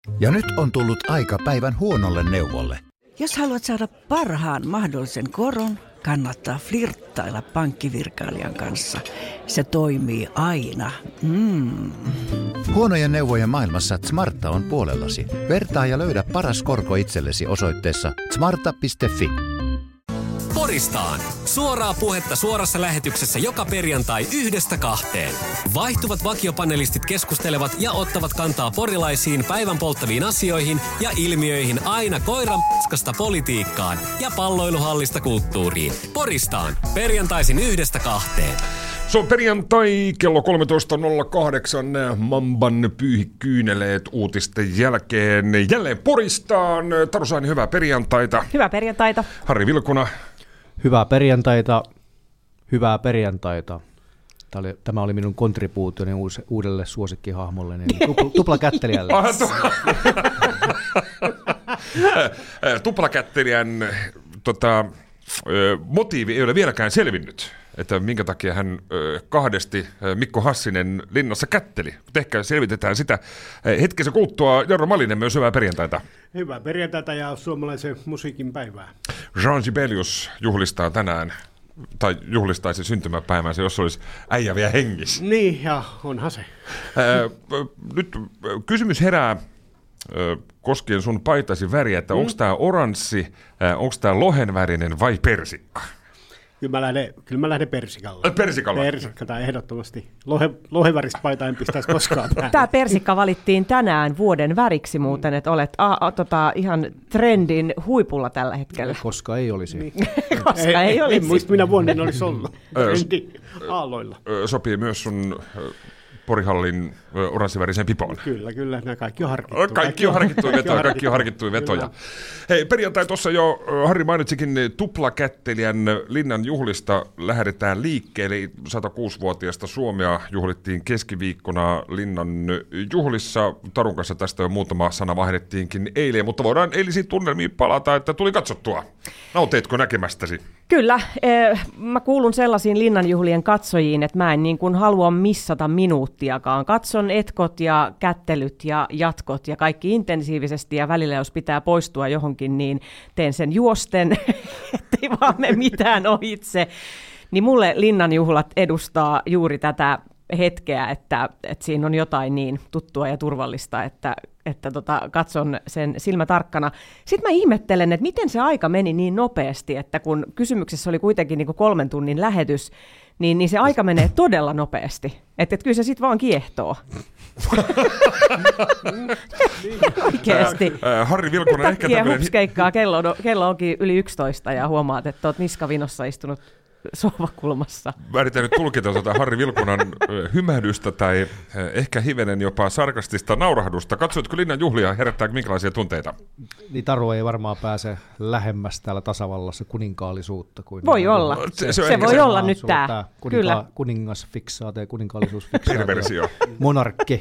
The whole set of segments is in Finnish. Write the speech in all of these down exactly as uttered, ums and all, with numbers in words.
Ja nyt on tullut aika päivän huonolle neuvolle. Jos haluat saada parhaan mahdollisen koron, kannattaa flirttailla pankkivirkailijan kanssa. Se toimii aina. Mm. Huonojen neuvojen maailmassa Smarta on puolellasi. Vertaa ja löydä paras korko itsellesi osoitteessa smarta piste fi. Poristaan. Suoraa puhetta suorassa lähetyksessä joka perjantai yhdestä kahteen. Vaihtuvat vakiopanelistit keskustelevat ja ottavat kantaa porilaisiin päivän polttaviin asioihin ja ilmiöihin aina koiran p***skasta politiikkaan ja palloiluhallista kulttuuriin. Poristaan. Perjantaisin yhdestä kahteen. Se on perjantai kello kolmetoista nolla kahdeksan. Mamban pyyhikyyneleet uutisten jälkeen. Jälleen Poristaan. Taru Saini, hyvää perjantaita. Hyvää perjantaita. Harri Vilkuna. Hyvää perjantaita. Hyvää perjantaita. Tämä oli, tämä oli minun kontribuutioni uudelle suosikkihahmolle, niin tupla, tuplakättelijälle. Tuplakättelijän tota, motiivi ei ole vieläkään selvinnyt, että minkä takia hän kahdesti Mikko Hassinen linnassa kätteli. Mutta ehkä selvitetään sitä hetkisen kuluttua. Jarro Malinen, myös hyvää perjantaita. Hyvää perjantaita ja suomalaisen musiikin päivää. Jean Sibelius juhlistaa tänään, tai juhlistaisi syntymäpäivänsä, jos olisi äijä vielä hengissä. Niin, ja onhan se. Nyt kysymys herää koskien sun paitasi väriä, että mm. onko tämä oranssi, onko tämä lohenvärinen vai persikka? Kyllä mä lähden, kyllä mä lähden persikalla. Persikalla? Persikka tai ehdottomasti. Lohe, loheväristä paita en pistäisi koskaan päälle. Tämä persikka valittiin tänään vuoden väriksi muuten, että olet a, a, tota, ihan trendin huipulla tällä hetkellä. Koska ei olisi. Niin. Koska ei, ei olisi. En muista, minä vuonna en olisi ollut. Trendi aalloilla. Sopii myös sun Porihallin oranssivärisen pipoon. Kyllä, kyllä. Nämä kaikki on harkittu. Kaikki, kaikki on harkittuja vetoja. Kaikki on harkittuja vetoja. Hei, perjantai tuossa jo Harri mainitsikin tuplakättelijän linnan juhlista lähdetään liikkeelle. satakuusivuotiaasta Suomea juhlittiin keskiviikkona linnan juhlissa. Tarun kanssa tästä jo muutama sana vaihdettiinkin eilen, mutta voidaan eilisiin tunnelmiin palata, että tuli katsottua. Nauteetko näkemästäsi? Kyllä. Mä kuulun sellaisiin linnanjuhlien katsojiin, että mä en niin kuin halua missata minuuttiakaan. Katson etkot ja kättelyt ja jatkot ja kaikki intensiivisesti ja välillä jos pitää poistua johonkin, niin teen sen juosten, ettei vaan mene mitään ohitse. Niin mulle linnanjuhlat edustaa juuri tätä hetkeä, että, että siinä on jotain niin tuttua ja turvallista, että, että tota, katson sen silmätarkkana. Sitten mä ihmettelen, että miten se aika meni niin nopeasti, että kun kysymyksessä oli kuitenkin niin kuin kolmen tunnin lähetys, niin, niin se aika menee todella nopeasti. Että et kyllä se sitten vaan kiehtoo. Oikeasti. Harri Vilkunen ehkä tämmöinen... hupskeikkaa, kello, on, kello onkin yli yksitoista ja huomaat, että olet niskavinossa istunut sohvakulmassa. Mä yritän nyt tulkita tuota Harri Vilkunan hymähdystä tai ehkä hivenen jopa sarkastista naurahdusta. Katsoitko linnan juhlia, herättääkö minkälaisia tunteita? Niin Taru ei varmaan pääse lähemmäs täällä tasavallassa kuninkaallisuutta. Kuin voi olla. Se, se, se voi se olla nyt tämä. tämä kuninka- Kyllä. Kuningasfiksaate ja kuninkaallisuusfiksaate. Perversio. Monarkki.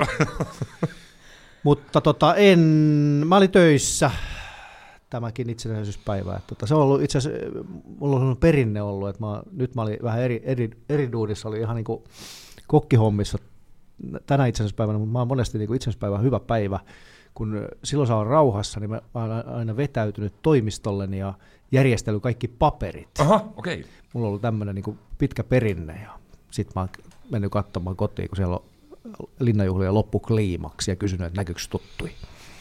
Mutta tota, en, mä olin töissä tämäkin itsenäisyyspäivä. Että tota, se on ollut itse asiassa, mulla on ollut perinne ollut, että mä, nyt mä olin vähän eri, eri, eri duudissa, oli ihan niin kuin kokkihommissa tänä itsenäisyyspäivänä, mutta mä oon monesti niin kuin itsenäisyyspäivän hyvä päivä, kun silloin saa olla rauhassa, niin mä oon aina vetäytynyt toimistolleni ja järjestellyt kaikki paperit. Aha, okei. Okay. Mulla on ollut tämmöinen niin kuin pitkä perinne ja sit mä oon mennyt katsomaan kotiin, kun siellä on linnanjuhlia loppukliimaksi ja kysynyt, että näkyykö tuttui.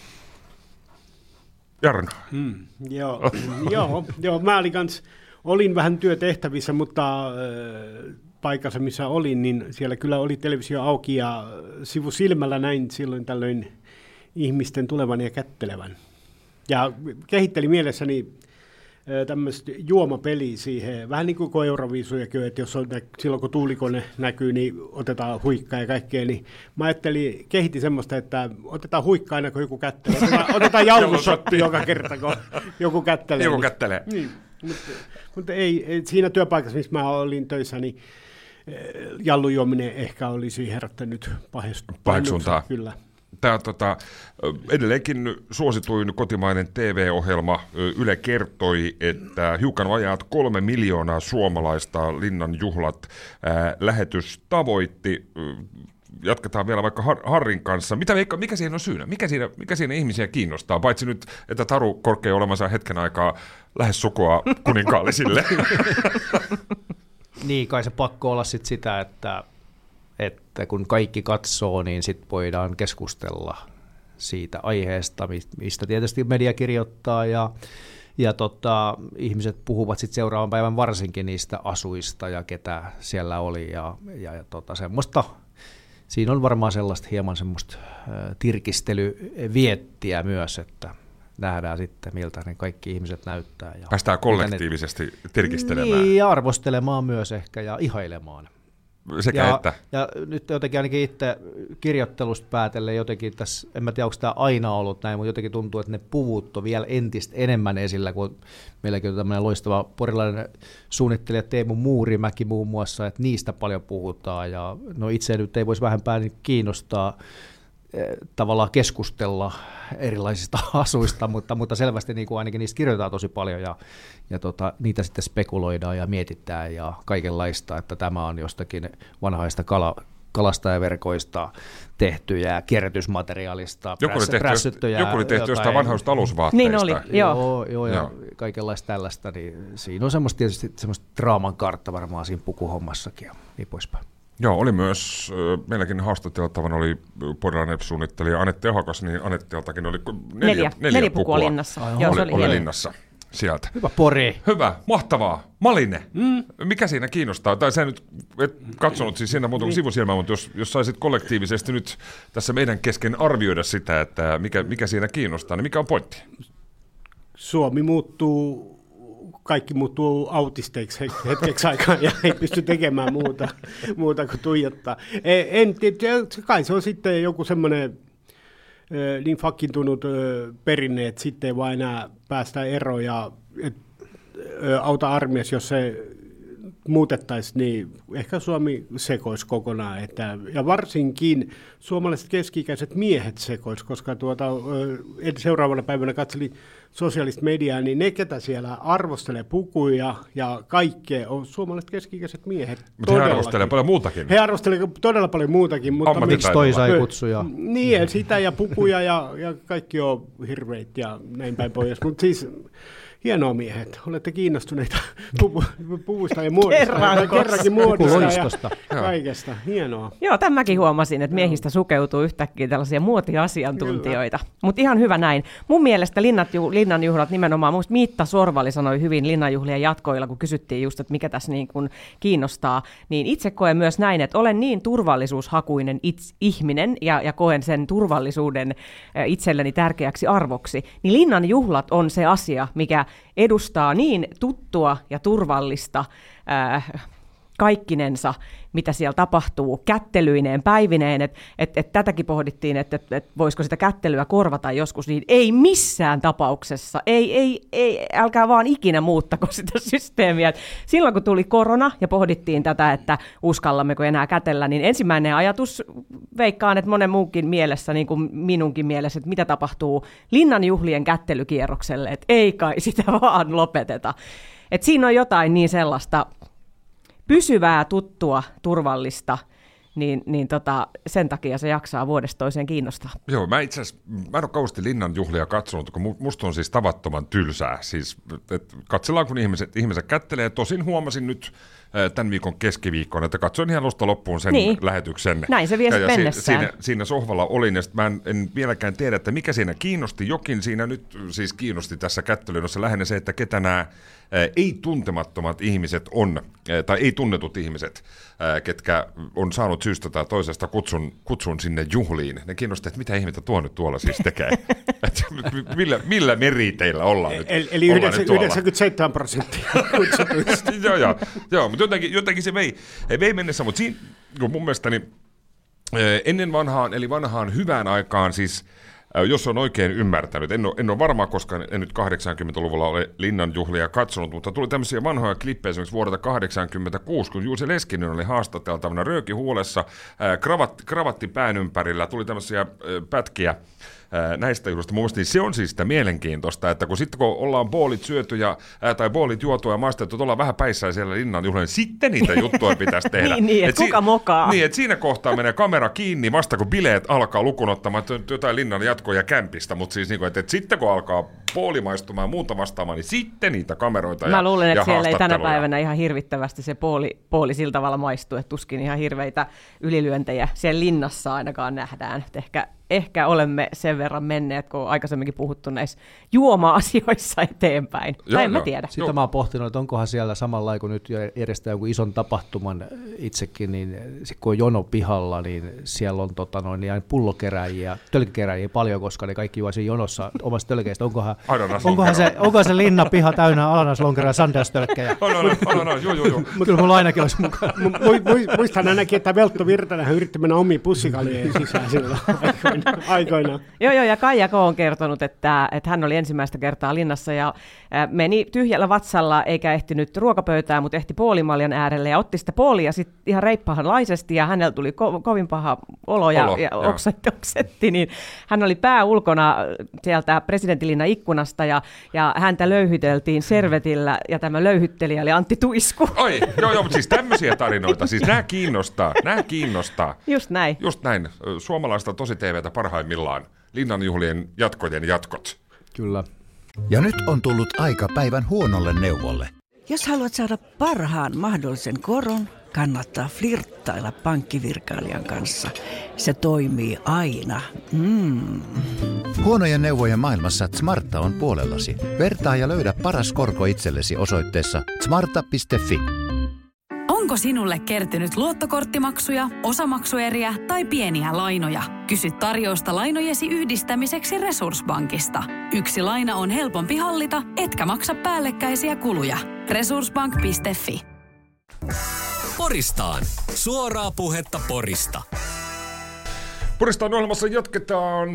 Jarno. Hmm, joo, joo, joo, mä olin, kans, olin vähän työtehtävissä, mutta äh, paikassa missä olin, niin siellä kyllä oli televisio auki ja sivusilmällä näin silloin tällöin ihmisten tulevan ja kättelevän. Ja kehittelin mielessäni äh, tämmöistä juomapeliä siihen, vähän niin kuin Euroviisujakin, että jos on, silloin kun tuulikone näkyy, niin otetaan huikkaa ja kaikkea, niin mä ajattelin, kehitin semmoista, että otetaan huikkaa aina kun joku kättelee, otetaan, otetaan jauhosotti joka kerta, kun joku kättelee. Joku niin, kättelee. Niin, mutta, mutta ei, ei, siinä työpaikassa, missä mä olin töissä, niin jallun juominen ehkä olisi herättänyt paheksuntaa. Kyllä. Tämä tota, edelleenkin suosituin kotimainen T V-ohjelma Yle kertoi, että hiukan vajaat kolme miljoonaa suomalaista linnan juhlat ää, lähetys tavoitti. jatketaan vielä vaikka Har- Harrin kanssa. Mitä Veikka, mikä siinä on syynä? Mikä siinä, mikä siinä ihmisiä kiinnostaa? Paitsi nyt, että Taru korkea olemansa hetken aikaa lähes sukua kuninkaallisille. Niin, kai se pakko olla sit sitä, että, että kun kaikki katsoo, niin sit voidaan keskustella siitä aiheesta, mistä tietysti media kirjoittaa ja, ja tota, ihmiset puhuvat sit seuraavan päivän varsinkin niistä asuista ja ketä siellä oli ja, ja, ja tota, semmoista. Siinä on varmaan sellaista hieman semmoista tirkistelyviettiä myös, että nähdään sitten, miltä ne kaikki ihmiset näyttää. Ja päästään kollektiivisesti ne tirkistelemään. Niin, ja arvostelemaan myös ehkä ja ihailemaan. Sekä ja, että. Ja nyt jotenkin ainakin itse kirjoittelusta päätellen jotenkin tässä, en mä tiedä, onko tämä aina ollut näin, mutta jotenkin tuntuu, että ne puvut on vielä entistä enemmän esillä, kun meilläkin on tämmöinen loistava porilainen suunnittelija Teemu Muurimäki muun muassa, että niistä paljon puhutaan, ja no itse nyt ei voisi vähempää kiinnostaa tavallaan keskustella erilaisista asuista, mutta, mutta selvästi niin kuin ainakin niistä kirjoitetaan tosi paljon ja, ja tota, niitä sitten spekuloidaan ja mietitään ja kaikenlaista, että tämä on jostakin vanhaista kala, kalastajaverkoista tehtyjä kierrätysmateriaalista, prässyttyjä. Joku oli tehty jostain vanhoista alusvaatteista. Niin oli, joo. Joo, joo, ja joo. Kaikenlaista tällaista, niin siinä on semmoista tietysti semmoista draaman kartta varmaan siinä pukuhommassakin ja niin poispäin. Joo, oli myös, meilläkin haastateltavana oli porilainen suunnittelija Anette Tehokas, niin Anetteeltakin oli neljä, neljä, neljä, neljä pukua, pukua linnassa. Oli, Joo, oli, oli, oli linnassa sieltä. Hyvä Pori. Hyvä, mahtavaa. Maline, mm. mikä siinä kiinnostaa? Tai sä nyt et katsonut siis siinä muuta kuin sivusilmää, mutta jos, jos saisit kollektiivisesti nyt tässä meidän kesken arvioida sitä, että mikä, mikä siinä kiinnostaa, niin mikä on pointti? Suomi muuttuu, kaikki muuttuu autisteiksi hetkeksi aikaa ja ei pysty tekemään muuta, muuta kuin tuijottaa. En, kai se on sitten joku semmoinen niin fakkintunut perinne, että sitten ei vaan enää päästä eroon ja auta armias, jos se muutettaisiin, niin ehkä Suomi sekoisi kokonaan. Että, ja varsinkin suomalaiset keski-ikäiset miehet sekoisi, koska tuota, seuraavana päivänä katselin sosiaalista mediaa, niin ne, ketä siellä arvostelee pukuja ja kaikkea, on suomalaiset keski-ikäiset miehet. Mutta he arvostelee paljon muutakin. He arvostelee todella paljon muutakin. Mutta miksi toi sai kutsuja? Niin, sitä ja pukuja ja, ja kaikki on hirveitä ja näin päin pois. Mutta siis hienoa miehet, olette kiinnostuneita puvuista ja muodosta. Kerran, kerrankin muodosta ja ja kaikesta. Hienoa. Joo, tämäkin huomasin, että miehistä sukeutuu yhtäkkiä tällaisia muotiasiantuntijoita. Mutta ihan hyvä näin. Mun mielestä linnat, linnanjuhlat nimenomaan, muista Miitta Sorvali sanoi hyvin linnanjuhlien jatkoilla, kun kysyttiin just, että mikä tässä niin kuin kiinnostaa, niin itse koen myös näin, että olen niin turvallisuushakuinen itse, ihminen ja, ja koen sen turvallisuuden itselleni tärkeäksi arvoksi, niin linnanjuhlat on se asia, mikä edustaa niin tuttua ja turvallista äh, kaikkinensa, mitä siellä tapahtuu, kättelyineen, päivineen, että et, et tätäkin pohdittiin, että et, et voisiko sitä kättelyä korvata joskus, niin ei missään tapauksessa, ei, ei, ei, älkää vaan ikinä muuttako sitä systeemiä. Silloin kun tuli korona ja pohdittiin tätä, että uskallammeko enää kätellä, niin ensimmäinen ajatus, veikkaan, että monen muunkin mielessä, niin kuin minunkin mielessä, että mitä tapahtuu linnanjuhlien kättelykierrokselle, että ei kai sitä vaan lopeteta. Et siinä on jotain niin sellaista pysyvää, tuttua, turvallista, niin, niin tota, sen takia se jaksaa vuodesta toiseen kiinnostaa. Joo, mä itse asiassa, mä en ole kauheasti linnanjuhlia katsonut, kun musta on siis tavattoman tylsää. Siis, et katsellaan, kun ihmiset, ihmiset kättelee. Tosin huomasin nyt tämän viikon keskiviikkoon, että katsoin ihan alusta loppuun sen niin lähetyksen. Näin se vie ja, ja mennessään. Siinä, siinä sohvalla olin, ja mä en, en vieläkään tiedä, että mikä siinä kiinnosti. Jokin siinä nyt siis kiinnosti tässä kättelyynnossa lähinnä se, että ketä nämä ei-tuntemattomat ihmiset on, tai ei-tunnetut ihmiset, ketkä on saanut syystä tai toisesta kutsun, kutsun sinne juhliin. Ne kiinnostaa, että mitä ihmettä tuo nyt tuolla siis tekee. millä, millä meriteillä ollaan nyt? Eli, eli yhdeksänkymmentäseitsemän prosenttia kutsutuista. joo, joo, joo, mutta jotenkin, jotenkin se vei, vei mennessä, mutta siinä mun mielestäni ennen vanhaan, eli vanhaan hyvään aikaan siis, jos on oikein ymmärtänyt, en ole, en ole varma, koska en nyt kahdeksankymmentäluvulla ole linnanjuhlia katsonut, mutta tuli tämmöisiä vanhoja klippejä esimerkiksi vuodelta kahdeksankymmentäkuusi, kun Juuso Leskinen oli haastateltavana rööki huulessa, kravatti, kravatti pään ympärillä, tuli tämmöisiä pätkiä, ää, näistä juhlista. Mun mielestä niin se on siis sitä mielenkiintoista, että kun sitten kun ollaan boolit syöty ja, ää, tai boolit juotu ja maistettu, että ollaan vähän päissään siellä linnan juhlilla, niin sitten niitä juttuja pitäisi tehdä. niin, niin, että et kuka si- mokaa. Niin, että siinä kohtaa menee kamera kiinni vasta kun bileet alkaa lukuun ottamaan jotain linnan jatkoja kämpistä, mutta siis niin kuin, että, että sitten kun alkaa booli maistumaan ja muuta vastaamaan, niin sitten niitä kameroita ja Mä luulen, että ja siellä ei tänä päivänä ihan hirvittävästi se booli, booli sillä tavalla maistuu, että tuskin ihan hirveitä ylilyöntejä siellä linnassa ainakaan nähdään. Et ehkä, ehkä olemme sen verran menneet, kun aikaisemminkin puhuttu näissä juoma-asioissa eteenpäin. Joo, tai en mä tiedä. Sitä mä oon pohtinut, että onkohan siellä samalla kun nyt järjestää jonkun ison tapahtuman itsekin, niin kun on jono pihalla, niin siellä on tota, noin, niin pullokeräjiä, tölkikeräjiä paljon, koska ne kaikki juo siinä jonossa omasta tölkeistä. Onkohan, onkohan, se, onkohan se linnapiha täynnä Alanaslonkeroa ja Sanders-tölkkejä? On, on, on, on, joo, joo, joo. Kyllä mulla ainakin olisi mukana. Muistan ainakin, että Veltto Virtanen yritti mennä omiin pussikaljojen sisään silloin aikoinaan. Joo, joo, ja Kaija K. on kertonut, että, että hän oli ensimmäistä kertaa linnassa ja meni tyhjällä vatsalla, eikä ehtinyt ruokapöytään, mutta ehti poolimaljan äärelle ja otti sitä poolia sitten ihan reippahanlaisesti ja hänellä tuli ko- kovin paha olo ja, olo, ja oksetti, oksetti, niin hän oli pää ulkona sieltä presidentinlinnan ikkunasta ja, ja häntä löyhyteltiin servetillä ja tämä löyhyttelijä oli Antti Tuisku. Oi, joo, joo, mutta siis tämmöisiä tarinoita, siis nämä kiinnostaa, nämä kiinnostaa. Just näin. Just näin, suomalaista tosi T V:tä parhaimmillaan, linnanjuhlien jatkojen jatkot. Kyllä. Ja nyt on tullut aika päivän huonolle neuvolle. Jos haluat saada parhaan mahdollisen koron, kannattaa flirttailla pankkivirkailijan kanssa. Se toimii aina. Mm. Huonojen neuvojen maailmassa Smarta on puolellasi. Vertaa ja löydä paras korko itsellesi osoitteessa smarta piste fi. Onko sinulle kertynyt luottokorttimaksuja, osamaksueriä tai pieniä lainoja? Kysy tarjousta lainojesi yhdistämiseksi Resurssbankista. Yksi laina on helpompi hallita, etkä maksa päällekkäisiä kuluja. resurssbank piste fi. Poristaan. Suoraa puhetta Porista. Poristaan ohjelmassa jatketaan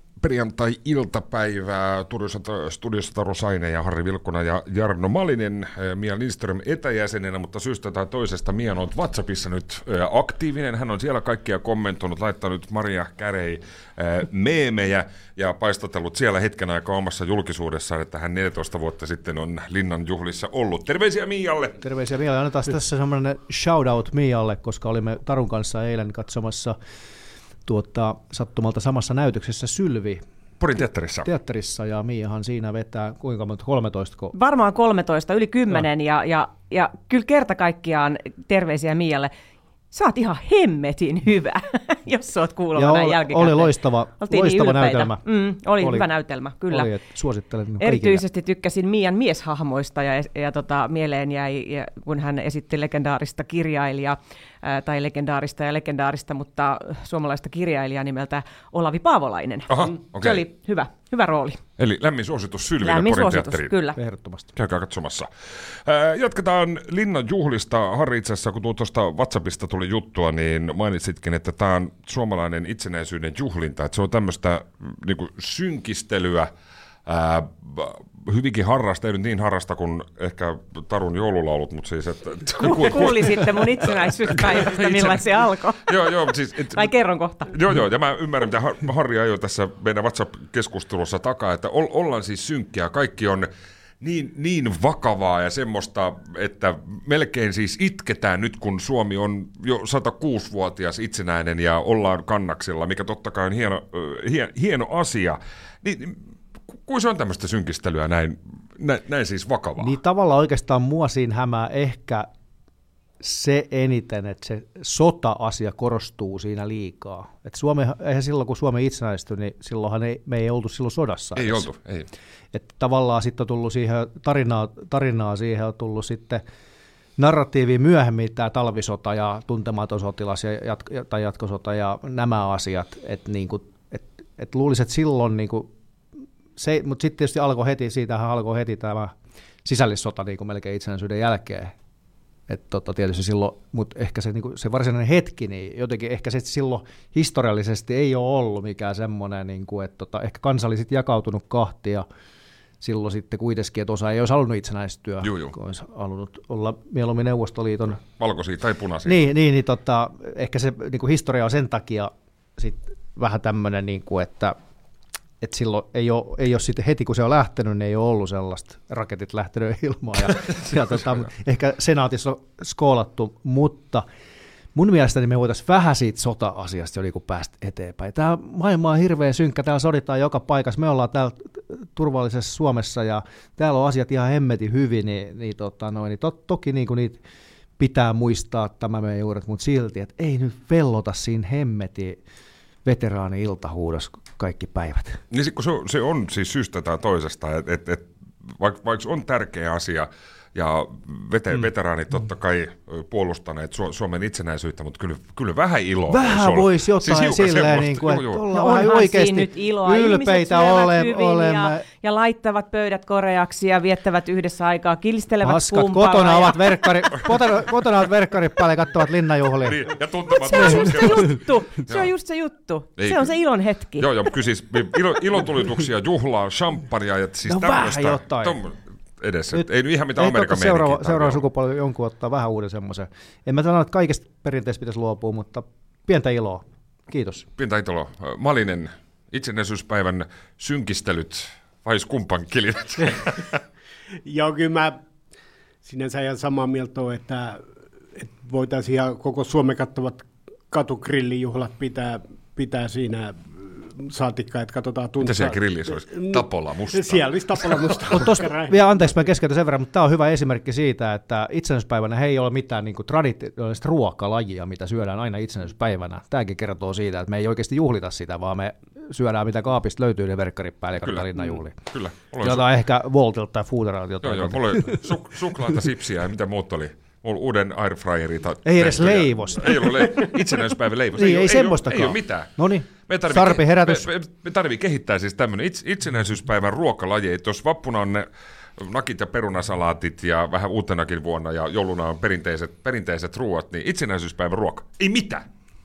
perjantai-iltapäivää. Studiossa Taru Saine ja Harri Vilkkunen ja Jarno Malinen, Mia Lindström etäjäsenenä, mutta syystä tai toisesta Mia on WhatsAppissa nyt aktiivinen. Hän on siellä kaikkia kommentoinut, laittanut Maria Kärei meemejä ja paistatellut siellä hetken aikaa omassa julkisuudessaan, että hän neljätoista vuotta sitten on Linnan juhlissa ollut. Terveisiä Mialle! Terveisiä Mialle. Annetaan tässä semmoinen shoutout Mialle, koska olimme Tarun kanssa eilen katsomassa Tuota, sattumalta samassa näytöksessä Sylvi. Porin teatterissa. Teatterissa, ja Miahan siinä vetää kuinka monta, kolmetoista? Ko- Varmaan kolmetoista, yli kymmenen, ja, ja, ja kyllä kerta kaikkiaan terveisiä Mialle. Sä oot ihan hemmetin hyvä, jos sä oot kuulemma näin jälkikäteen. Oli loistava, loistava niin näytelmä. Mm, oli, oli hyvä näytelmä, kyllä. Oli, suosittelen kaikille. Erityisesti tykkäsin Mian mieshahmoista, ja, ja tota, mieleen jäi, ja kun hän esitti legendaarista kirjailijaa, ää, tai legendaarista ja legendaarista, mutta suomalaista kirjailijaa nimeltä Olavi Paavolainen. Aha, mm, okay. Se oli hyvä, hyvä rooli. Eli lämmin suositus Sylville lämmin Porin suositus, teatteriin. Kyllä. Ehdottomasti. Käykää katsomassa. Ää, jatketaan Linnan juhlista. Harri, itse asiassa, kun tuosta WhatsAppista tuli juttua, niin mainitsitkin, että tämä on suomalainen itsenäisyyden juhlinta. Että se on tämmöistä niin kuin synkistelyä, ää, hyvinkin harrasta, ei nyt niin harrasta kuin ehkä Tarun joululaulut, mutta siis... Että, Kuuli, kuuli sitten mun itsenäisyyspäivästä, millainen se alkoi. Joo, joo, siis... Et, tai kerron kohta. Joo, joo, ja mä ymmärrän, mitä Harri ajoi tässä meidän WhatsApp-keskustelussa takaa, että ollaan siis synkkiä, kaikki on niin, niin vakavaa ja semmoista, että melkein siis itketään nyt, kun Suomi on jo satakuusivuotias itsenäinen ja ollaan kannaksilla, mikä totta kai on hieno, hien, hieno asia. Niin, kuin se on tämmöistä synkistelyä näin, näin, näin siis vakavaa? Niin tavallaan oikeastaan mua siinä hämää ehkä se eniten, että se sota-asia korostuu siinä liikaa. Et Suomi, eihän silloin, kun Suomi itsenäistyi, niin silloinhan ei, me ei oltu silloin sodassa. Ei edes. oltu, ei. Että tavallaan sitten on tullut siihen tarinaa, tarinaa siihen on tullut sitten narratiivi myöhemmin, tämä talvisota ja tuntematon sotilas ja jat- tai jatkosota ja nämä asiat. Että niinku, et, et luulisin, että silloin... Niinku, Se, mutta sitten tietysti alkoi heti, siitähän alkoi heti tämä sisällissota niin kuin melkein itsenäisyyden jälkeen. Et tota, tietysti silloin, mutta ehkä se, niin kuin, se varsinainen hetki, niin jotenkin ehkä se silloin historiallisesti ei ole ollut mikään semmoinen, niin kuin, että tota, ehkä kansa oli sitten jakautunut kahtia silloin sitten kuitenkin, että osa ei olisi halunnut itsenäistyä, juu, juu. kun olisi halunnut olla mieluummin Neuvostoliiton. Valkoisia tai punaisia. Niin, niin, niin tota, ehkä se niin kuin historia on sen takia sit vähän tämmöinen, niin kuin, että että silloin ei ole, ei ole sitten heti, kun se on lähtenyt, niin ei ole ollut sellaista raketit lähtenyt ilmaan. Ja, ja tota, ehkä senaatissa on skoolattu, mutta mun mielestäni me voitaisiin vähän siitä sota-asiasta jo niin päästä eteenpäin. Tämä maailma on hirveän synkkä, täällä soditaan joka paikassa. Me ollaan täällä turvallisessa Suomessa ja täällä on asiat ihan hemmetin hyvin, niin, niin, tota, noin, niin to, toki niin kuin niitä pitää muistaa tämä meidän juuret, mutta silti, että ei nyt vellota siinä hemmetin veteraani-iltahuudossa kaikki päivät. Niin kun se, se on siis syystä tai toisesta, että et, et, vaikka, vaikka on tärkeä asia, ja vete, mm. veteraanit totta kai puolustaneet Su- Suomen itsenäisyyttä, mutta kyllä, kyllä vähän iloa. Vähän voisi jotain siis silleen, niin kuin, että ollaan vähän oikeasti nyt iloa. ylpeitä olemme. Ja, ja laittavat pöydät koreaksi ja viettävät yhdessä aikaa, kilistelevät Paskat, kumpalla. kotona ja... ovat verkkari, kotona, kotona ovat verkkarit päälle ja katsovat linnanjuhlia. Niin, ja tuntemat se on just se juttu. Se on just se juttu. Ei, se on se ilon hetki. Joo, joo, kyllä siis ilo, ilotulituksia, juhlaa, champagnea ja siis no tämmöistä. Vähän jotain. Tom, edessä. Nyt, ei nyt ihan mitään Amerikan seuraava, meininkiä. seuraava sukupolvi jonkun ottaa vähän uuden semmoisen. En mä sano, että kaikesta perinteistä pitäisi luopua, mutta pientä iloa. Kiitos. Pientä iloa. Malinen, itsenäisyyspäivän synkistelyt vai kumpankilit? Joo, kyllä mä sinänsä ihan samaa mieltä on, että, että voitaisiin ihan koko Suomen kattavat katugrillijuhlat pitää, pitää siinä saatikka, että katsotaan tuntaa. Mitä siellä grillissä olisi? Tapola mustaa. Siellä olisi tapola mustaa. Vielä anteeksi, mä keskeytän sen verran, mutta tämä on hyvä esimerkki siitä, että itsenäisyyspäivänä ei ole mitään niin kuin traditionaalista ruokalajia, mitä syödään aina itsenäisyyspäivänä. Tämäkin kertoo siitä, että me ei oikeasti juhlita sitä, vaan me syödään mitä kaapista löytyy ne verkkarit päälle ja katsotaan linnanjuhlia. Kyllä. Jotain su- ehkä Voltilta tai Fooderalta jotain. Joo, joo, mulla oli su- suklaata, sipsiä ja mitä muut oli. Uuden airfryerita. Ei edes leivosta. Ei ollut le- itsenäisyyspäivän leivosta. Niin, ei, ei, ei semmoistakaan. Ei ole mitään. Noniin, tarvii, Sarpi herätys. Me, me, me tarvii kehittää siis tämmöinen itse, itsenäisyyspäivän ruokalaji. Jos vappuna on ne nakit ja perunasalaatit ja vähän uutenakin vuonna ja jouluna on perinteiset, perinteiset ruoat, niin itsenäisyyspäivän ruoka. Ei mitään.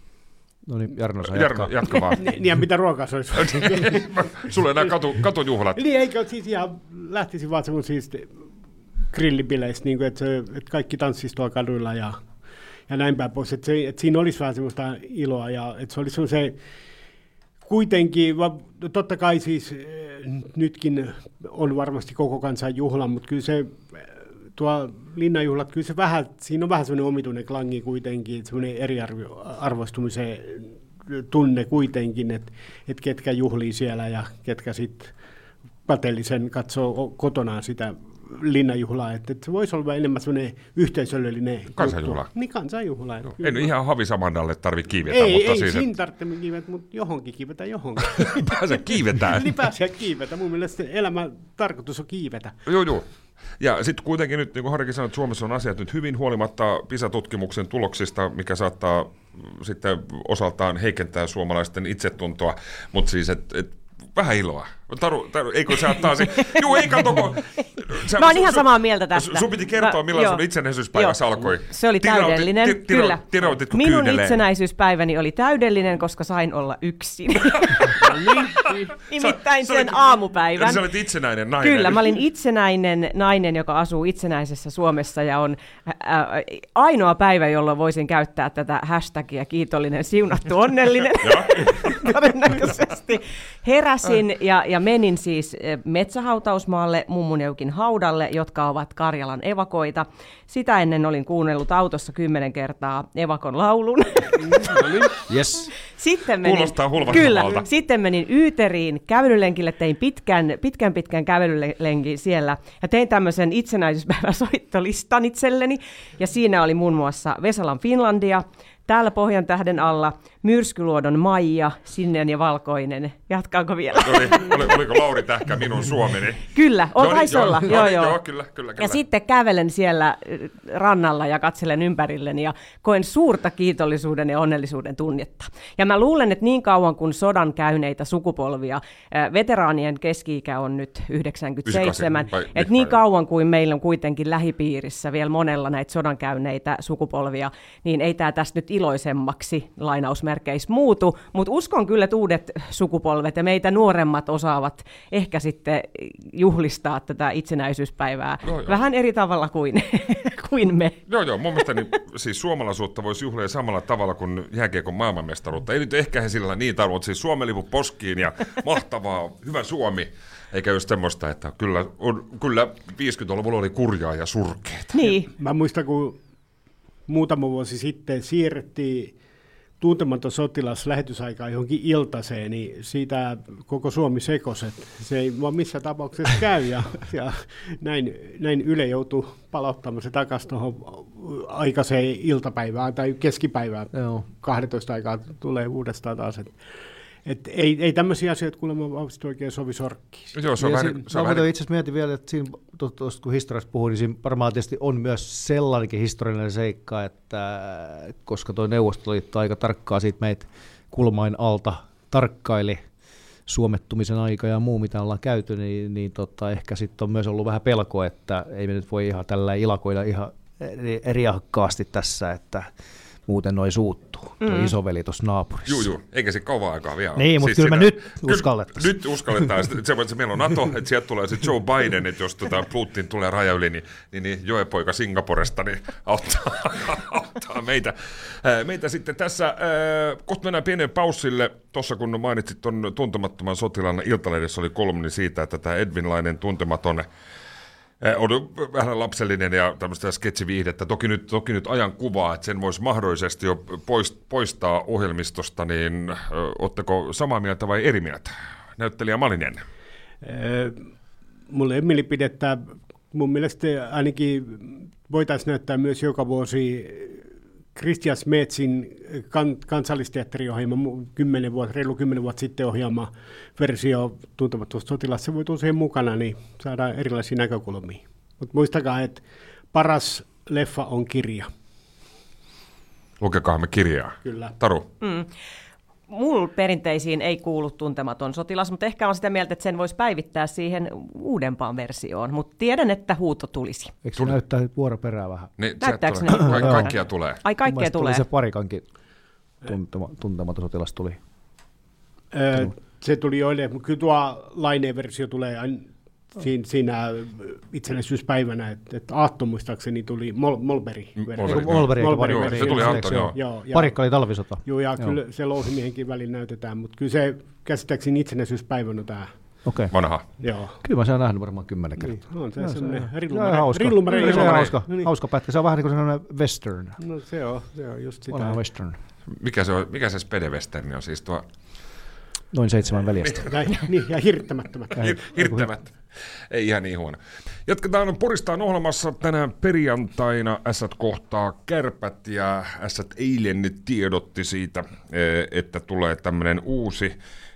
No niin, Jarno saa Jarno, jatkaa. jatka vaan. Niin, ja mitä ruokaa se olisi? Sulla enää katu, katujuhlat. Niin, eikö siis ihan lähtisi vaan semmoisista grillibileistä, niin kuin, että, että kaikki tanssisi tuolla kaduilla ja, ja näin päin pois. Että, se, että siinä olisi vähän semmoista iloa ja että se olisi se kuitenkin, totta kai siis nytkin on varmasti koko kansan juhla, mutta kyllä se tuo linnanjuhlat, kyllä se vähän, siinä on vähän semmoinen omituinen klangi kuitenkin, semmoinen eriarvoistumisen tunne kuitenkin, että, että ketkä juhlii siellä ja ketkä sitten kateellisen katsoo kotonaan sitä linnanjuhlaa, että, että se voisi olla enemmän semmoinen yhteisöllinen kansanjuhla. Juttu. Niin, kansanjuhla. No, ei nyt ihan Havisamandalle tarvitse kiivetä. Ei, mutta ei siis, siinä tarvitse kiivetä, mutta johonkin kiivetä johonkin. Pääse kiivetään. Ylipäänsä kiivetä. Mun mielestä elämän tarkoitus on kiivetä. Joo, joo. Ja sitten kuitenkin nyt, niin kuin Harrikin sanoi, että Suomessa on asiat nyt hyvin huolimatta PISA-tutkimuksen tuloksista, mikä saattaa sitten osaltaan heikentää suomalaisten itsetuntoa, mutta siis, että et, vähän iloa. Taru, taru, eikö sä taas... Juu, ei katoko... Mä oon ihan samaa mieltä tästä. Sun piti kertoa, milloin Mä, sun itsenäisyyspäivässä joo. alkoi. Se oli täydellinen, Tirautit, tira, kyllä. Tirautitko Minun kyyneleen? itsenäisyyspäiväni oli täydellinen, koska sain olla yksin. Nimittäin Sä- sä sen olit- aamupäivän. Sä olit itsenäinen nainen. Kyllä, mä olin itsenäinen nainen, joka asuu itsenäisessä Suomessa ja on ää, ainoa päivä, jolloin voisin käyttää tätä hashtagia kiitollinen, siunattu, onnellinen. Todennäköisesti. Heräsin ja, ja menin siis metsähautausmaalle mummuneukin haudalle, jotka ovat Karjalan evakoita. Sitä ennen olin kuunnellut autossa kymmenen kertaa evakon laulun. Yes. Sitten menin, Kuulostaa kyllä, hulvattomalta. sitten menin Yyteriin kävelylenkille, tein pitkän pitkän, pitkän kävelylenkin siellä ja tein tämmöisen itsenäisyyspäivän soittolistan itselleni ja siinä oli muun muassa Vesalan Finlandia, täällä Pohjan tähden alla, Myrskyluodon Maija, Sininen ja Valkoinen. Jatkaanko vielä? Oli, oli, oliko Lauri Tähkä minun Suomeni? Kyllä, on No niin, taisi joo, olla. no Joo, niin, joo. joo, kyllä, kyllä, kyllä. Ja sitten kävelen siellä rannalla ja katselen ympärilleni ja koen suurta kiitollisuuden ja onnellisuuden tunnetta. Ja mä luulen, että niin kauan kuin sodan käyneitä sukupolvia, veteraanien keski-ikä on nyt yhdeksänkymmentäseitsemän, että niin kauan kuin meillä on kuitenkin lähipiirissä vielä monella näitä sodan käyneitä sukupolvia, niin ei tämä tästä nyt iloisemmaksi lainausmerkeissä lainausmerkeissä muutu, mutta uskon kyllä, että uudet sukupolvet ja meitä nuoremmat osaavat ehkä sitten juhlistaa tätä itsenäisyyspäivää joo, vähän eri tavalla kuin, kuin me. Joo, joo, mun mielestä niin, siis suomalaisuutta voisi juhlia samalla tavalla kuin jääkiekon maailmanmestaruutta. Ei nyt ehkä he sillä niin tarvitse, siis Suomen lipu poskiin ja mahtavaa, hyvä Suomi. Eikä just semmoista, että kyllä, on, kyllä viisikymmentäluvulla oli kurjaa ja surkeita. Niin. Mä muistan, kun muutama vuosi sitten siirrettiin Tuntematon sotilas lähetysaikaan johonkin iltaseen, niin siitä koko Suomi sekosi. Se ei vaan missään tapauksessa käy. Ja, ja näin, näin Yle joutui palauttamaan se takaisin tuohon aikaiseen iltapäivään tai keskipäivään. Joo. kaksitoista aikaa tulee uudestaan taas. Et, et ei, ei tämmöisiä asioita kuulemma vahvasti oikein sovi sorkkiin. Joo, se on vähän... Siinä, se on vähän... Itse asiassa mietin vielä, että siinä, tuosta kun historiasta puhuin, niin siinä varmaan tietysti on myös sellainenkin historiallinen seikka, että koska tuo Neuvostoliitto aika tarkkaa siitä meitä kulmain alta tarkkaili suomettumisen aika ja muu, mitä ollaan käyty, niin, niin tota, ehkä sitten on myös ollut vähän pelko, että ei me nyt voi ihan tällä ilakoida ihan eri, eriakkaasti tässä, että muuten noi suuttuu. Tuo mm. isoveli tuossa naapurissa. Joo, joo. Eikä se kauan aikaa vielä. Niin, mutta siis kyllä me nyt uskallettaisiin. Nyt uskalletaan. Se, se, meillä on NATO, että sieltä tulee se Joe Biden, että jos tota Putin tulee raja yli, niin, niin, niin Joe-poika Singaporesta niin auttaa, auttaa meitä. meitä sitten tässä. Kohta mennään pienen paussille. Tuossa kun mainitsit tuon Tuntemattoman sotilaan, Iltalehdessä oli kolumni siitä, että tämä Edvinlainen tuntematon on vähän lapsellinen ja tämmöistä sketsiviihdettä. Toki nyt, toki nyt ajan kuvaa, että sen voisi mahdollisesti jo poistaa ohjelmistosta, niin ootteko samaa mieltä vai eri mieltä? Näyttelijä Malinen. Mulle ei mielipidettä. Mun mielestä ainakin voitaisiin näyttää myös joka vuosi Christian Smetsin kan, kansallisteatteriohjelma kymmenen vuotta, reilu kymmenen vuotta sitten ohjaama versio Tuntematon sotilas. Se voi tulla siihen mukana, niin saadaan erilaisia näkökulmia. Mutta muistakaa, että paras leffa on kirja. Lukekaa me kirjaa. Kyllä. Taru. Mm. Mulla perinteisiin ei kuulu Tuntematon sotilas, mutta ehkä on sitä mieltä, että sen voisi päivittää siihen uudempaan versioon. Mutta tiedän, että huuto tulisi. Eikö se näyttää vuoroperää vähän? Niin, näyttääkö ne? Ka- kaikkia tulee. Ai kaikkea tulee. Se parikankin tuntema, Tuntematon sotilas tuli. Öö, se tuli joille, mutta kyllä tuo Laineen versio tulee siinä, siinä itsenäisyyspäivänä, että, että Aatto muistaakseni tuli Mol, Molberi. Molberi, Molberi, Molberi joo, se tuli Aatto, joo. joo Parikka oli talvisota. Joo, ja joo. Kyllä se Louhimiehenkin välillä näytetään, mutta kyllä se käsittääkseni itsenäisyyspäivänä tämä. Okei. Okay. Vanha. Joo. Kyllä mä sen olen nähnyt varmaan kymmenen kertaa. Niin, on se sellainen rillumarei. Se on hauska, hauska pätkä. Se on vähän niin kuin sellainen western. No se on, se on just sitä. Vanha western. Mikä se, on, mikä se spede western on siis tuo? Noin seitsemän veljestä. Niin, niin, ja hirttämättömät. Hir, hirttämät. Ei ihan niin huono. Jatketaan Poristaan ohjelmassa tänään perjantaina. Ässät kohtaa Kärpät ja Ässät eilen tiedotti siitä, että tulee tämmöinen uusi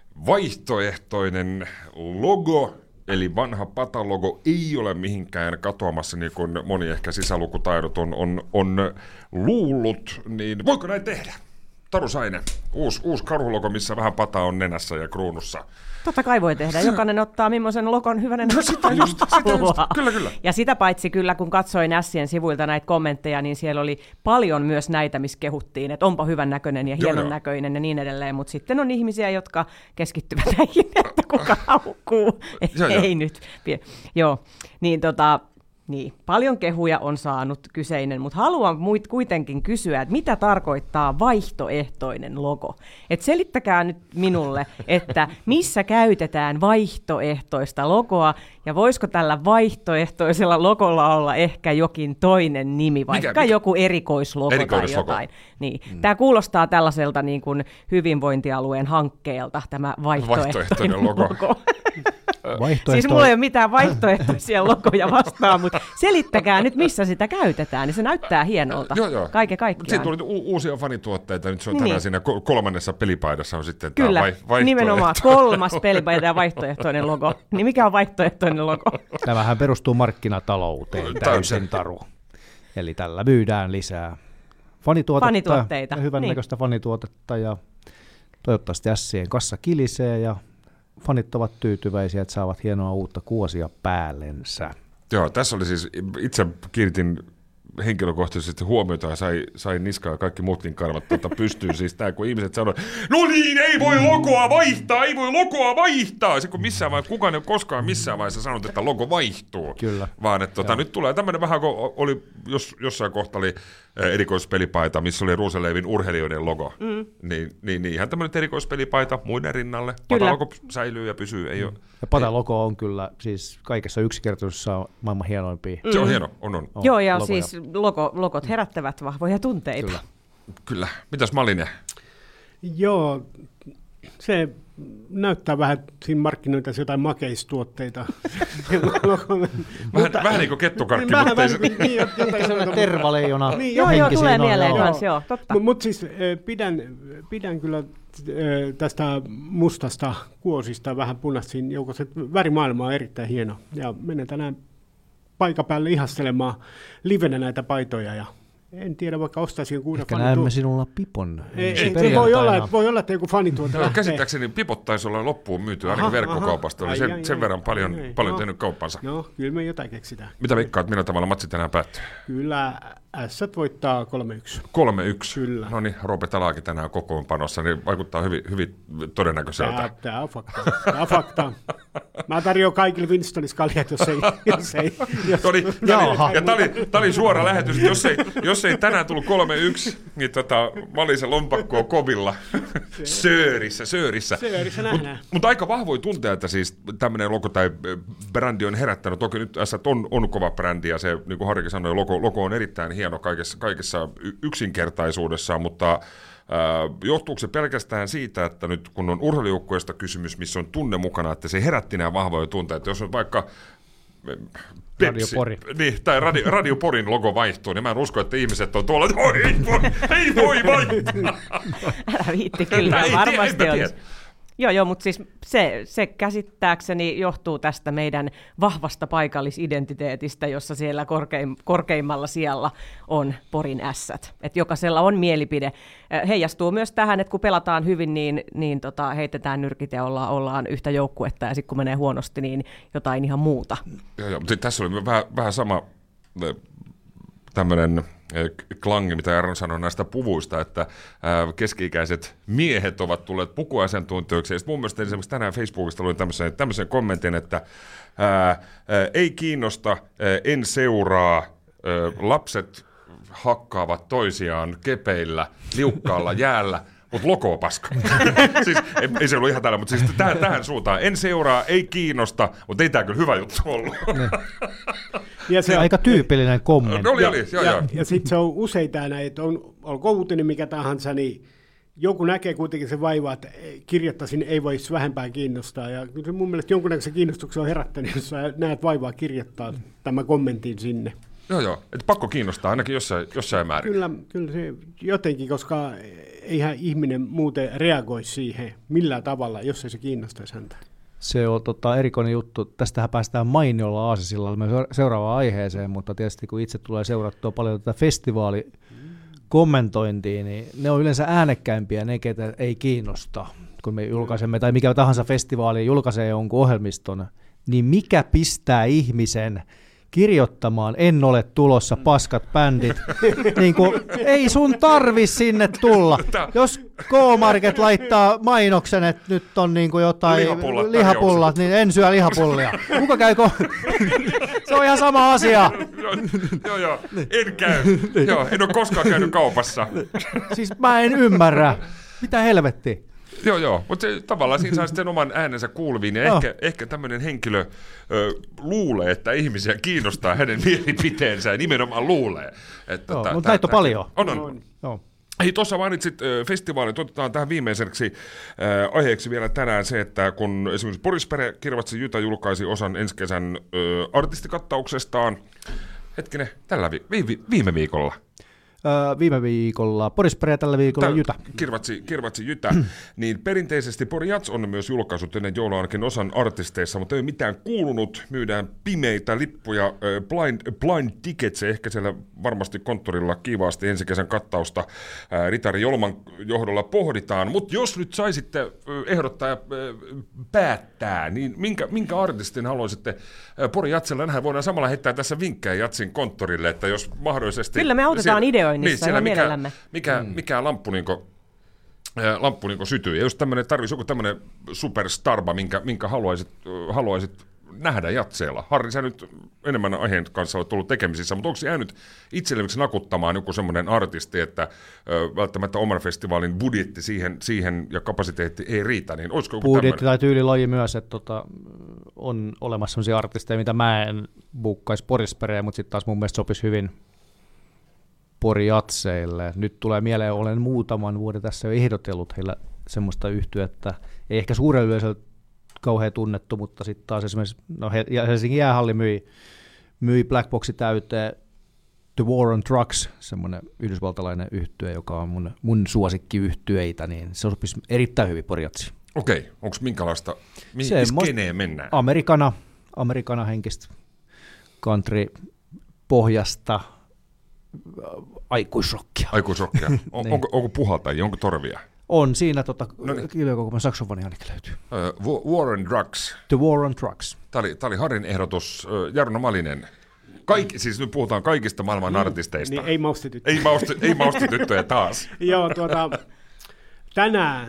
vaihtoehtoinen logo. Eli vanha patalogo ei ole mihinkään katoamassa, niin kuin moni ehkä sisälukutaidot on, on, on luullut. Niin voiko näin tehdä? Taru Sainen, uusi, uusi karhulogo, missä vähän pata on nenässä ja kruunussa. Totta kai voi tehdä. Jokainen ottaa millaisen logon hyvänen no, sitä just, sitä just. Kyllä, kyllä. Ja sitä paitsi kyllä, kun katsoin Ässien sivuilta näitä kommentteja, niin siellä oli paljon myös näitä, missä kehuttiin, että onpa hyvän näköinen ja hienon joo, näköinen joo. ja niin edelleen. Mutta sitten on ihmisiä, jotka keskittyvät näihin, että kuka haukkuu. joo, Ei joo. nyt. Joo, niin tota... Niin, paljon kehuja on saanut kyseinen, mutta haluan muit kuitenkin kysyä, että mitä tarkoittaa vaihtoehtoinen logo? Et selittäkää nyt minulle, että missä käytetään vaihtoehtoista logoa, ja voisiko tällä vaihtoehtoisella logolla olla ehkä jokin toinen nimi, vaikka mikä, mikä? joku erikoislogo, erikoislogo tai jotain. Niin. Mm. Tämä kuulostaa tällaiselta niin kuin hyvinvointialueen hankkeelta, tämä vaihtoehtoinen, vaihtoehtoinen logo. logo. Vaihtoehto... Siis mulla ei ole mitään vaihtoehtoisia logoja vastaan, mutta selittäkää nyt, missä sitä käytetään, niin se näyttää hienolta. Joo, joo. Kaiken kaikkiaan. Siitä tuli u- uusia fanituotteita, nyt se on tänään niin. Siinä kolmannessa pelipaidassa on sitten Kyllä, tämä vai- vaihtoehto. Nimenomaan kolmas pelipaida ja vaihtoehtoinen logo. Niin mikä on vaihtoehtoinen logo? Tämähän perustuu markkinatalouteen, täysin taru. Eli tällä myydään lisää fanituotetta, fanituotteita. Ja hyvännäköistä niin. fanituotetta ja toivottavasti Ässien kassa kilisee ja fanit ovat tyytyväisiä, että saavat hienoa uutta kuosia päällensä. Joo, tässä oli siis, itse kiinnitin henkilökohtaisesti huomiota ja sai, sai niskaa ja kaikki muutkin karvat tuota pystyyn. Siis tää, kun ihmiset sanoo, no niin, ei voi logoa vaihtaa, ei voi logoa vaihtaa. Se kun missään vaiheessa, kukaan ei ole koskaan missään vaiheessa sanonut, että logo vaihtuu. Kyllä. Vaan että tota, nyt tulee tämmöinen vähän, kun oli, jos, jossain kohta oli erikoispelipaita, missä oli Roseleivin urheilijoiden logo. Mm. Niin, niin, niin ihan tämmöinen erikoispelipaita muiden rinnalle. Patalogo säilyy ja pysyy. Ei mm. ole, ja patalogo on kyllä siis kaikessa yksinkertaisuudessa on maailman hienoimpia. Mm. Se on hieno, on on. on. Joo, ja logoja. Siis logo, logot herättävät vahvoja tunteita. Kyllä. Kyllä. Mitäs Malinen? Joo, se näyttää vähän, siinä markkinoitaisiin jotain makeistuotteita. vähän, vähän niin kuin kettukarkki, mutta ei se... Niin, jotain sellainen tervaleijona. Niin, joo, joo, tulee mieleen joo. kanssa, joo, totta. Mutta mut siis pidän, pidän kyllä tästä mustasta kuosista vähän punaisiin joukossa. Värimaailma on erittäin hieno. Ja menen tänään paikan päälle ihastelemaan livenä näitä paitoja ja en tiedä, vaikka ostaisin kuuden Ehkä näemme tuo... sinulla Pipon. Ei, ei, se voi olla, että, voi olla, että joku fanituote lähtee. Käsittääkseni Pipot taisi olla loppuun myyty, ainakin verkkokaupasta. Oli sen, ai, sen ai, verran paljon, ai, paljon no, tehnyt kauppansa. No, kyllä me jotain keksitään. Mitä veikkaat, millä tavalla matsi tänään päättyy? Kyllä Ässät voittaa kolme yksi. kolme yksi. Kyllä. No niin, Roope Talaakin tänään kokoonpanossa, niin vaikuttaa hyvin, hyvin todennäköiseltä. Tämä, tämä on fakta. Tämä on fakta. Mä tarjoan kaikille Winstonis kaljat, jos ei... Jos ei jos... Toni, tani, ja tämä oli, oli suora lähetys, että jos ei, jos ei tänään tullut kolme yksi, niin tota, Malisen lompakko on kovilla. Söörissä, söörissä. Söörissä nähdään. Mutta mut aika vahvoja tunteita siis tämmöinen logo tai brändi on herättänyt. Toki nyt Ässät on, on kova brändi ja se, niin kuin Harrikin sanoi, logo, logo on erittäin hieno kaikessa, kaikessa yksinkertaisuudessaan, mutta Äh, johtuuko se pelkästään siitä, että nyt kun on urheilujoukkueesta kysymys, missä on tunne mukana, että se herätti nämä vahvoja tunteita, jos on vaikka Pepsi, Radio Pori. Niin, tai Radio, Radio Porin logo vaihtuu, niin mä en usko, että ihmiset on tuolla, että oh, ei voi, ei voi vaihtaa. Älä viitti, kyllä ei, varmasti olisi. Joo, joo, mutta siis se, se käsittääkseni johtuu tästä meidän vahvasta paikallisidentiteetistä, jossa siellä korkeim, korkeimmalla siellä on Porin Ässät. Että jokaisella on mielipide. Heijastuu myös tähän, että kun pelataan hyvin, niin, niin tota, heitetään nyrkit ja ollaan, ollaan yhtä joukkuetta, ja sitten kun menee huonosti, niin jotain ihan muuta. Joo, joo, mutta tässä oli vähän, vähän sama tämmöinen klangi, mitä Jarno sanoi näistä puvuista, että keski-ikäiset miehet ovat tulleet pukuasiantuntijoiksi. Ja mun mielestä esimerkiksi tänään Facebookista luin tämmöisen, tämmöisen kommentin, että ää, ää, ei kiinnosta, ää, en seuraa, ää, lapset hakkaavat toisiaan kepeillä, liukkaalla jäällä, mutta logo on paska. Siis, ei, ei se ollut ihan täällä, mutta siis tähän, tähän suuntaan. En seuraa, ei kiinnosta, mutta ei tämä kyllä hyvä juttu ollut. Ja se on aika tyypillinen kommentti. Oli, oli, ja, ja, ja sitten se on useita näin, että on, olko uutinen mikä tahansa, niin joku näkee kuitenkin se vaiva, että kirjoittaisin, ei voisi vähempää kiinnostaa. Ja kyllä se mun mielestä jonkunnäköisen kiinnostuksen on herättänyt, jos sä näet vaivaa kirjoittaa tämä kommentin sinne. Joo, joo. Että pakko kiinnostaa ainakin jossain, jossain määrin. Kyllä, kyllä se jotenkin, koska eihän ihminen muuten reagoi siihen millään tavalla, jos ei se kiinnostaisi häntä. Se on tota, erikoinen juttu. Tästähän päästään mainiolla aasisillalla seuraavaan aiheeseen, mutta tietysti kun itse tulee seurattua paljon tätä festivaalikommentointia, niin ne on yleensä äänekkäimpiä, ne ketä ei kiinnosta. Kun me julkaisemme, tai mikä tahansa festivaali julkaisee jonkun ohjelmiston, niin mikä pistää ihmisen kirjoittamaan, en ole tulossa, paskat bändit. Niin kuin, ei sun tarvi sinne tulla. Jos K-Market laittaa mainoksen, että nyt on niin kuin jotain lihapullat, lihapullat niin en syö lihapullia. Kuka käy ko- Se on ihan sama asia. Joo, joo, en käy. Joo, en ole koskaan käynyt kaupassa. Siis mä en ymmärrä. Mitä helvettiä? Joo, joo, mutta se, tavallaan siinä saa sitten oman äänensä kuuluviin, ja no. ehkä, ehkä tämmöinen henkilö ö, luulee, että ihmisiä kiinnostaa hänen mielipiteensä, ja nimenomaan luulee. Joo, mutta t- näitä on paljon. On, on. on. on. Hei, tuossa mainitsit äh, festivaalit, otetaan tähän viimeiseksi äh, aiheeksi vielä tänään se, että kun esimerkiksi Boris Pere Kirvatsin Jytä julkaisi osan ensi kesän äh, artistikattauksestaan, hetkinen, tällä vi- vi- viime viikolla. Öö, viime viikolla Porispere ja tällä viikolla Täl, Jytä. Kirvatsi, Kirvatsi Jytä. Niin perinteisesti Pori Jats on myös julkaissut ennen joulua ainakin osan artisteissa, mutta ei mitään kuulunut. Myydään pimeitä lippuja, blind, blind tickets, ehkä siellä varmasti konttorilla kiivaasti ensi kesän kattausta ää, Ritari Jolman johdolla pohditaan. Mutta jos nyt saisitte ehdottaa ja päättää, niin minkä, minkä artistin haluaisitte Pori Jatsilla nähdä? Voidaan samalla heittää tässä vinkkejä Jatsin konttorille, että jos mahdollisesti... Kyllä me autetaan siellä, ideoinnissa niin, ja mikä, mielellämme. mikä, mm. mikä lamppu niinku, äh, lamppu niinku sytyy. Ja jos tämmöinen tarvitsisi joku tämmöinen superstarba, minkä, minkä haluaisit, äh, haluaisit nähdä Jatseella. Harri, sä nyt enemmän aiheen kanssa olet tullut tekemisissä, mutta onko se jäänyt itsellesi nakuttamaan joku semmoinen artisti, että äh, välttämättä oman festivaalin budjetti siihen, siihen ja kapasiteetti ei riitä, niin olisiko joku budjetti tämmöinen? tai tyylilaji myös, että tota, on olemassa sellaisia artisteja, mitä mä en buukkaisi Porispereen, mutta sitten taas mun mielestä sopisi hyvin Pori Jatseille. Nyt tulee mieleen, olen muutaman vuoden tässä jo ehdotellut heillä semmoista yhtyettä, ei ehkä suurella yleisöllä kauhean tunnettu, mutta sitten taas esimerkiksi no Helsingin jäähalli myi, myi Black Boxi täyteen The War on Drugs, semmoinen yhdysvaltalainen yhtye, joka on mun, mun suosikkiyhtyeitä, niin se sopisi erittäin hyvin Pori Jatsiin. Okei, onko minkälaista, mihin skeneen mennään? Amerikana, Amerikana henkistä country pohjasta aikuisrockia. Aikuisrockia. On, onko, onko puhaltajia, onko torvia? On siinä, tota, no niin. Kiljokokoman saksofoni ainakin löytyy. Uh, War on Drugs. The War on Drugs. Tämä oli, tämä oli Harin ehdotus. Uh, Jarno Malinen. Kaikki, siis nyt puhutaan kaikista maailman mm, artisteista. Niin ei maustityttöjä. Ei, mausti, ei maustityttöjä taas. Joo, tuota, tänään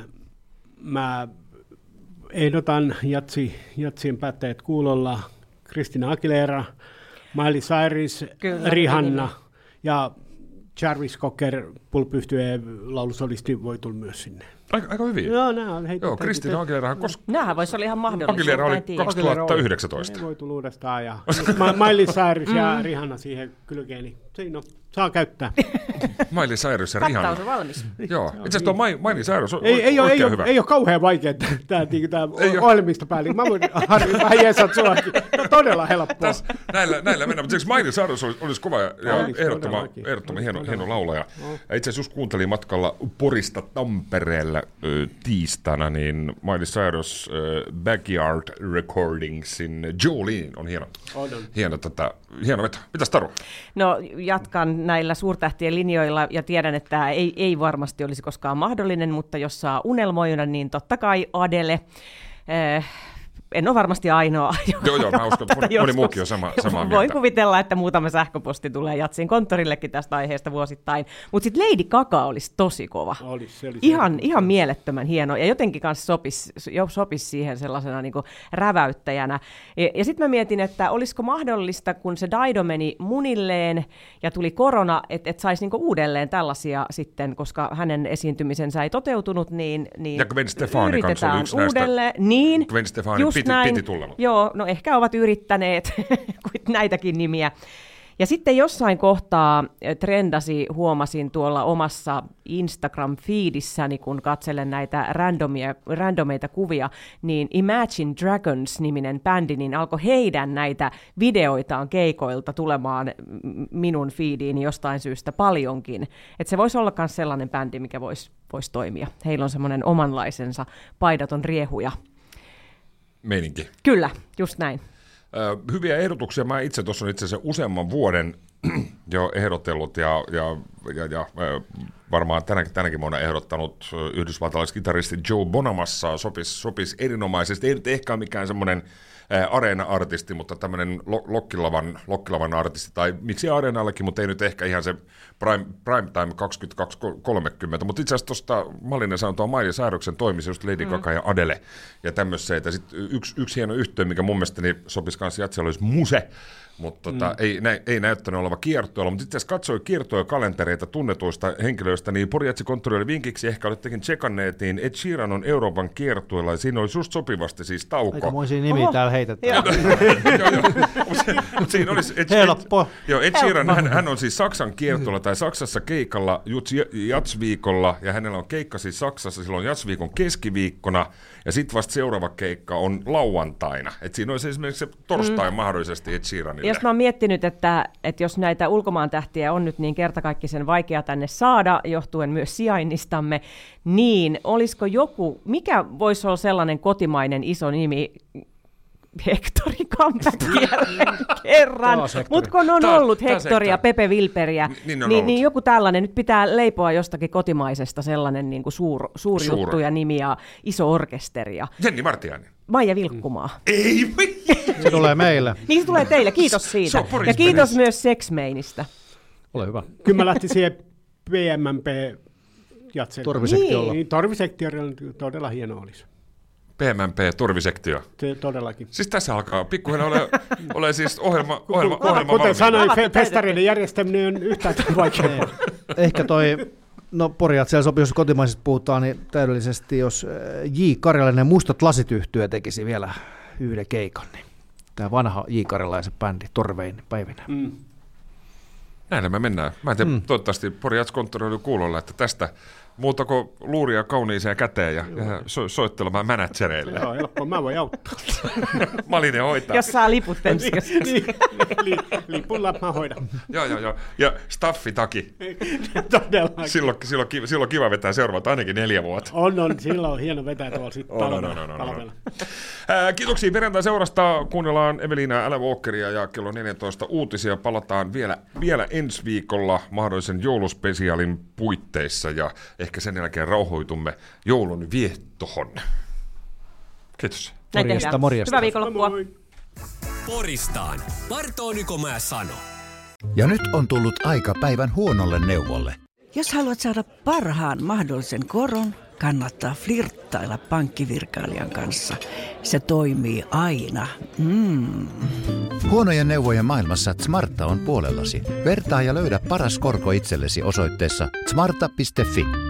mä ehdotan Jatsi, Jatsien päättäjät kuulolla Christina Aguilera, Miley Cyrus, Kyllä, Rihanna niin. ja Jarvis Cocker, Pulp-yhtyeen laulusolisti voi tulla myös sinne. Aika, aika hyvin. Joo, nämä on heitetty. Joo, Christina Aguilerahan koska... Nämähän voisi olla ihan mahdollista. Aguilera oli kaksituhattayhdeksäntoista. Ne voi tulla uudestaan ja Miley Cyrus ja Rihanna siihen kylkeen, niin siinä on. Saa käyttää. Miley Cyrus ja Rihanna. Kattaus on valmis. Joo, itse asiassa tuo Miley Cyrus on ei, ei, oikein ei, hyvä. Ei ole kauhean vaikea tämä ohjelmistopäällikkö. Mä voin, Harri, mä jeesat suakin. No todella helppoa. Täs, näillä, näillä mennään, mutta Miley Cyrus olisi, olisi kova ja ehdottoman ehdottoman hieno, hieno laulaja. No. Itse asiassa just kuuntelin matkalla Porista Tampereella ö, tiistaina, niin Miley Cyrus ö, Backyard Recordingsin Jolene on hieno. On, on. Hieno, tota, hieno veto. Mitäs Taru? No jatkan näillä suurtähtien linjoilla ja tiedän, että tämä ei, ei varmasti olisi koskaan mahdollinen, mutta jos saa unelmoida, niin totta kai Adele. Eh, en ole varmasti ainoa. Joo, joo, mä uskon, että moni muukin on sama, samaa mieltä. Voin kuvitella, että muutama sähköposti tulee Jatsin konttorillekin tästä aiheesta vuosittain. Mutta sitten Lady Gaga olisi tosi kova. Olisi, se olisi ihan, ihan mielettömän hieno ja jotenkin kanssa sopisi, sopisi siihen sellaisena niin kuin räväyttäjänä. Ja, ja sitten mä mietin, että olisiko mahdollista, kun se Dido meni munilleen ja tuli korona, että et saisi niinku uudelleen tällaisia sitten, koska hänen esiintymisensä ei toteutunut, niin, niin ja Gwen Stefani kanssa oli yksi uudelleen. Niin, Gwen Stefani piti, piti tulla. Joo, no ehkä ovat yrittäneet näitäkin nimiä. Ja sitten jossain kohtaa trendasi, huomasin tuolla omassa Instagram-feedissäni, kun katselen näitä randomia, randomeita kuvia, niin Imagine Dragons-niminen bändi, niin alkoi heidän näitä videoitaan keikoilta tulemaan minun feediini jostain syystä paljonkin. Että se voisi olla myös sellainen bändi, mikä voisi vois toimia. Heillä on semmoinen omanlaisensa paidaton riehuja. Meininki. Kyllä, just näin. Hyviä ehdotuksia. Mä itse tuossa itse asiassa useamman vuoden jo ehdotellut ja, ja, ja, ja varmaan tänäkin, tänäkin vuonna ehdottanut yhdysvaltalaiskitaristi Joe Bonamassa sopisi sopis erinomaisesti. Ei nyt ehkä mikään semmoinen areena-artisti, mutta tämmöinen lokkilavan, lokkilavan artisti, tai miksi areenallakin, mutta ei nyt ehkä ihan se prime, prime time kaksikymmentäkaksi kolmekymmentä, mutta itse asiassa tuosta Malinen sanoi tuon Miley Cyrusen toimisi just Lady Gaga mm. ja Adele ja tämmöisiä, ja sitten yksi, yksi hieno yhtye, mikä mun mielestäni sopisi kanssa Jatsilla, olisi Muse, mutta tota, mm. ei, nä, ei näyttänyt oleva kiertoilla, mutta itse asiassa katsoi kiertoja-kalentereita tunnetuista henkilöistä, niin Pori Jatsi-konttori oli vinkiksi, ehkä olettekin tsekanneet, niin Ed Sheeran on Euroopan kiertueella, ja siinä olisi just sopivasti siis tauko. Aikamoisia nimiä täällä heitetään. Joo, joo. Mutta siinä olisi Ed, Helppo. Joo, Ed Sheeran, hän, hän on siis Saksan kiertolla tai Saksassa keikalla Jatsviikolla, ja hänellä on keikka siis Saksassa silloin Jatsviikon keskiviikkona, ja sitten vasta seuraava keikka on lauantaina. Et siinä olisi esimerkiksi se torstai mm. mahdollisesti Ed Sheeranille. Jos mä oon miettinyt, että, että jos näitä ulkomaan tähtiä on nyt niin kertakaikkisen vaikea tänne saada, johtuen myös sijainnistamme, niin olisiko joku, mikä voisi olla sellainen kotimainen iso nimi, Hektori Kamppäkielleen kerran, mutta kun on taas, ollut Hektori ja Pepe Vilperiä, N- niin, niin, niin joku tällainen, nyt pitää leipoa jostakin kotimaisesta sellainen niin kuin suur, suur Suura. juttu ja nimi ja iso orkesteri. Jenni Vartiainen. Maija Vilkkumaa. Mm. Ei, se tulee meille. Niin se tulee teille, kiitos siitä. Ja kiitos myös Seksmeinistä. Ole hyvä. Kyllä mä lähtin siihen P M P jatsen. Torvisektiolla. Niin, torvisektiolla todella hieno olisi. P M P, Turvisektio. Se todellakin. Siis tässä alkaa pikkuhiljaa ole, ole siis ohjelma, ohjelma, ohjelma Kuten valmiina. sanoin, fe- festareiden järjestäminen on yhtään vaikeaa. Ehkä toi, no Porjat siellä sopii, jos kotimaisista puhutaan, niin täydellisesti, jos J. Karjalainen Mustat lasit yhtye tekisi vielä yhden keikan, niin tämä vanha J. Karjalaisen bändi Torvein päivinä. Mm. Näillä me mennään. Mä en tiedä, mm. toivottavasti Porjats-konttori oli kuulolla, että tästä muuta kuin luuria kauniiseen käteen ja, ja so, soittelemaan managereille. Joo, helppoa. Mä voin auttaa. Malinen hoitaa. Jos saa liput penskessä. niin, niin, lipulla mä hoidan. Joo, joo, joo. Ja staffitaki. Todellakin. Silloin, silloin, kiva, silloin kiva vetää seuraavat ainakin neljä vuotta. On, on. Silloin on hieno vetää tuolla sitten talvella. No, no, no, no, no. Kiitoksia perjantai seurasta. Kuunnellaan Evelina Alan Walkeria ja kello neljätoista uutisia. Palataan vielä, vielä ensi viikolla mahdollisen jouluspesiaalin puitteissa ja ehkä sen jälkeen rauhoitumme joulun viettohon. Kiitos. Morjesta, morjesta. Hyvää viikonloppua. Poristaan. Parto Nykomää sano. Ja nyt on tullut aika päivän huonolle neuvolle. Jos haluat saada parhaan mahdollisen koron, kannattaa flirttailla pankkivirkailijan kanssa. Se toimii aina. Mm. Huonojen neuvojen maailmassa Smarta on puolellasi. Vertaa ja löydä paras korko itsellesi osoitteessa smarta piste fi.